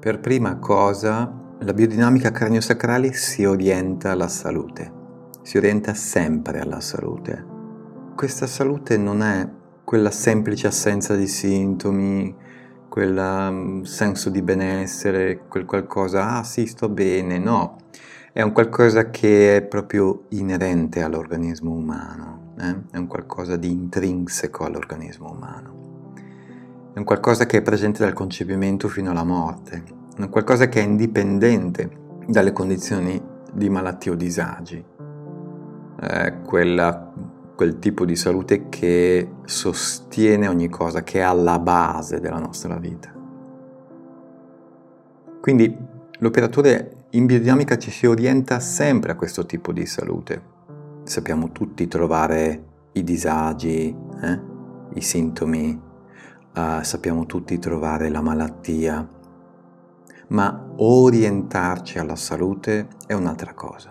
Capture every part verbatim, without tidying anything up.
Per prima cosa, la biodinamica craniosacrale si orienta alla salute, si orienta sempre alla salute. Questa salute non è quella semplice assenza di sintomi, quel um, senso di benessere, quel qualcosa, ah sì, sto bene, no. È un qualcosa che è proprio inerente all'organismo umano, eh? È un qualcosa di intrinseco all'organismo umano. È un qualcosa che è presente dal concepimento fino alla morte, è un qualcosa che è indipendente dalle condizioni di malattia o disagi. È quella, quel tipo di salute che sostiene ogni cosa, che è alla base della nostra vita. Quindi l'operatore in biodinamica ci si orienta sempre a questo tipo di salute. Sappiamo tutti trovare i disagi, eh? i sintomi, Uh, sappiamo tutti trovare la malattia, ma orientarci alla salute è un'altra cosa.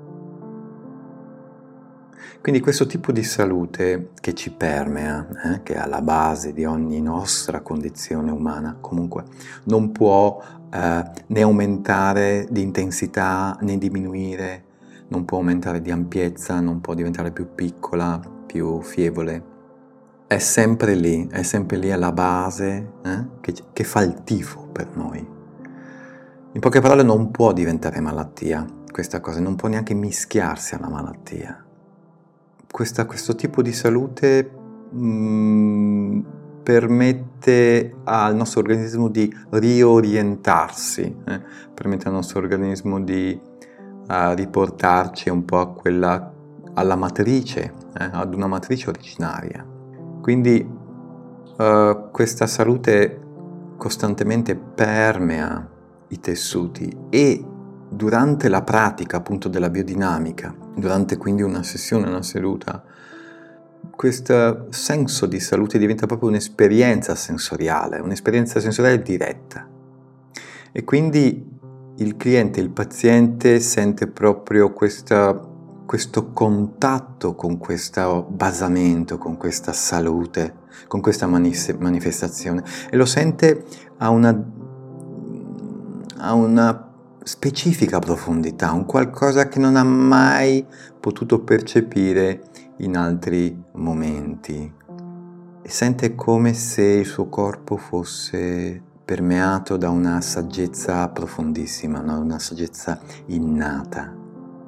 Quindi questo tipo di salute che ci permea, eh, che è alla base di ogni nostra condizione umana, comunque non può eh, né aumentare di intensità né diminuire, non può aumentare di ampiezza, non può diventare più piccola, più fievole. È sempre lì, è sempre lì alla base, eh, che, che fa il tifo per noi. In poche parole non può diventare malattia questa cosa, non può neanche mischiarsi alla malattia. Questa, questo tipo di salute mh, permette al nostro organismo di riorientarsi, eh, permette al nostro organismo di uh, riportarci un po' a quella, alla matrice, eh, ad una matrice originaria. Quindi uh, questa salute costantemente permea i tessuti e durante la pratica appunto della biodinamica, durante quindi una sessione, una seduta, questo senso di salute diventa proprio un'esperienza sensoriale, un'esperienza sensoriale diretta. E quindi il cliente, il paziente sente proprio questa questo contatto con questo basamento, con questa salute, con questa manifestazione e lo sente a una, a una specifica profondità, un qualcosa che non ha mai potuto percepire in altri momenti e sente come se il suo corpo fosse permeato da una saggezza profondissima, una saggezza innata.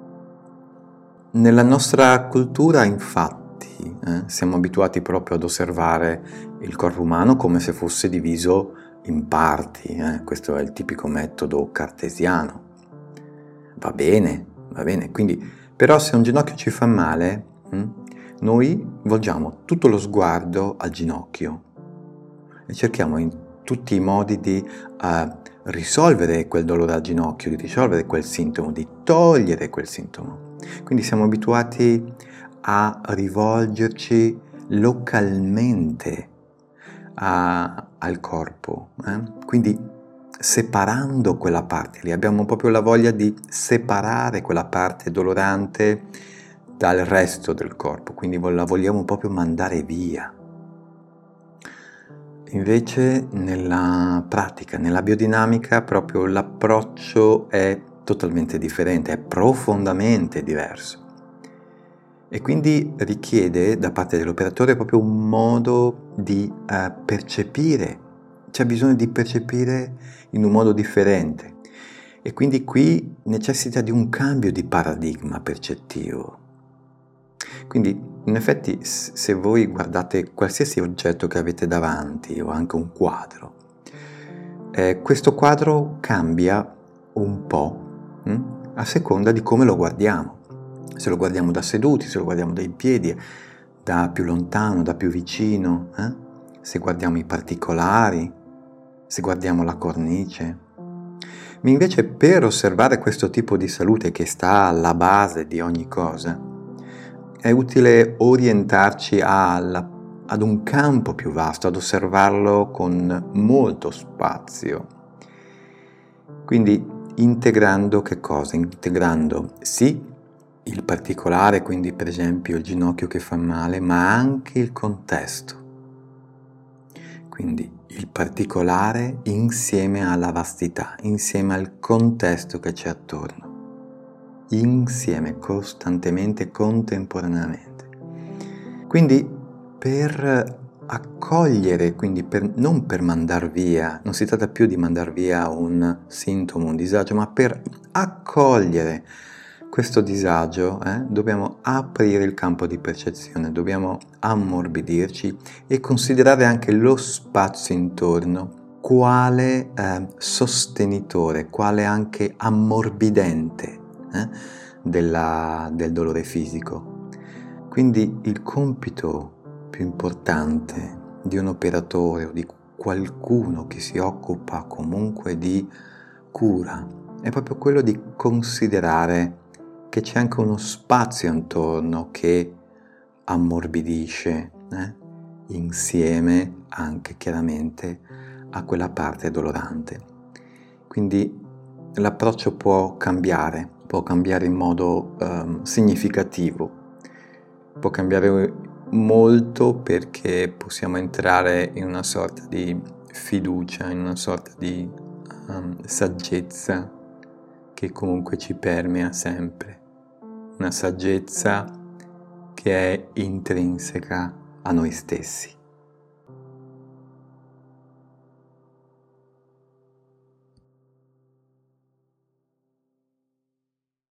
Nella nostra cultura, infatti, eh, siamo abituati proprio ad osservare il corpo umano come se fosse diviso in parti. Eh? Questo è il tipico metodo cartesiano. Va bene, va bene. Quindi, però se un ginocchio ci fa male, hm, noi volgiamo tutto lo sguardo al ginocchio e cerchiamo in tutti i modi di uh, risolvere quel dolore al ginocchio, di risolvere quel sintomo, di togliere quel sintomo. Quindi siamo abituati a rivolgerci localmente a, al corpo, eh? Quindi separando quella parte lì, abbiamo proprio la voglia di separare quella parte dolorante dal resto del corpo, quindi la vogliamo proprio mandare via. Invece nella pratica, nella biodinamica, proprio l'approccio è totalmente differente, è profondamente diverso e quindi richiede da parte dell'operatore proprio un modo di eh, percepire, c'è bisogno di percepire in un modo differente e quindi qui necessita di un cambio di paradigma percettivo. Quindi in effetti se voi guardate qualsiasi oggetto che avete davanti o anche un quadro, eh, questo quadro cambia un po' a seconda di come lo guardiamo, se lo guardiamo da seduti, se lo guardiamo dai piedi, da più lontano, da più vicino, eh? se guardiamo i particolari, se guardiamo la cornice. Ma invece per osservare questo tipo di salute che sta alla base di ogni cosa, è utile orientarci alla, ad un campo più vasto, ad osservarlo con molto spazio. Quindi integrando che cosa? Integrando sì il particolare, quindi per esempio il ginocchio che fa male, ma anche il contesto. Quindi il particolare insieme alla vastità, insieme al contesto che c'è attorno, insieme, costantemente, contemporaneamente. Quindi per accogliere, quindi per, non per mandar via, non si tratta più di mandar via un sintomo, un disagio, ma per accogliere questo disagio, eh, dobbiamo aprire il campo di percezione, dobbiamo ammorbidirci e considerare anche lo spazio intorno quale eh, sostenitore, quale anche ammorbidente eh, della, del dolore fisico. Quindi il compito più importante di un operatore o di qualcuno che si occupa comunque di cura è proprio quello di considerare che c'è anche uno spazio intorno che ammorbidisce, eh? insieme anche chiaramente a quella parte dolorante. Quindi l'approccio può cambiare, può cambiare in modo um, significativo, può cambiare molto perché possiamo entrare in una sorta di fiducia, in una sorta di um, saggezza che comunque ci permea sempre, una saggezza che è intrinseca a noi stessi.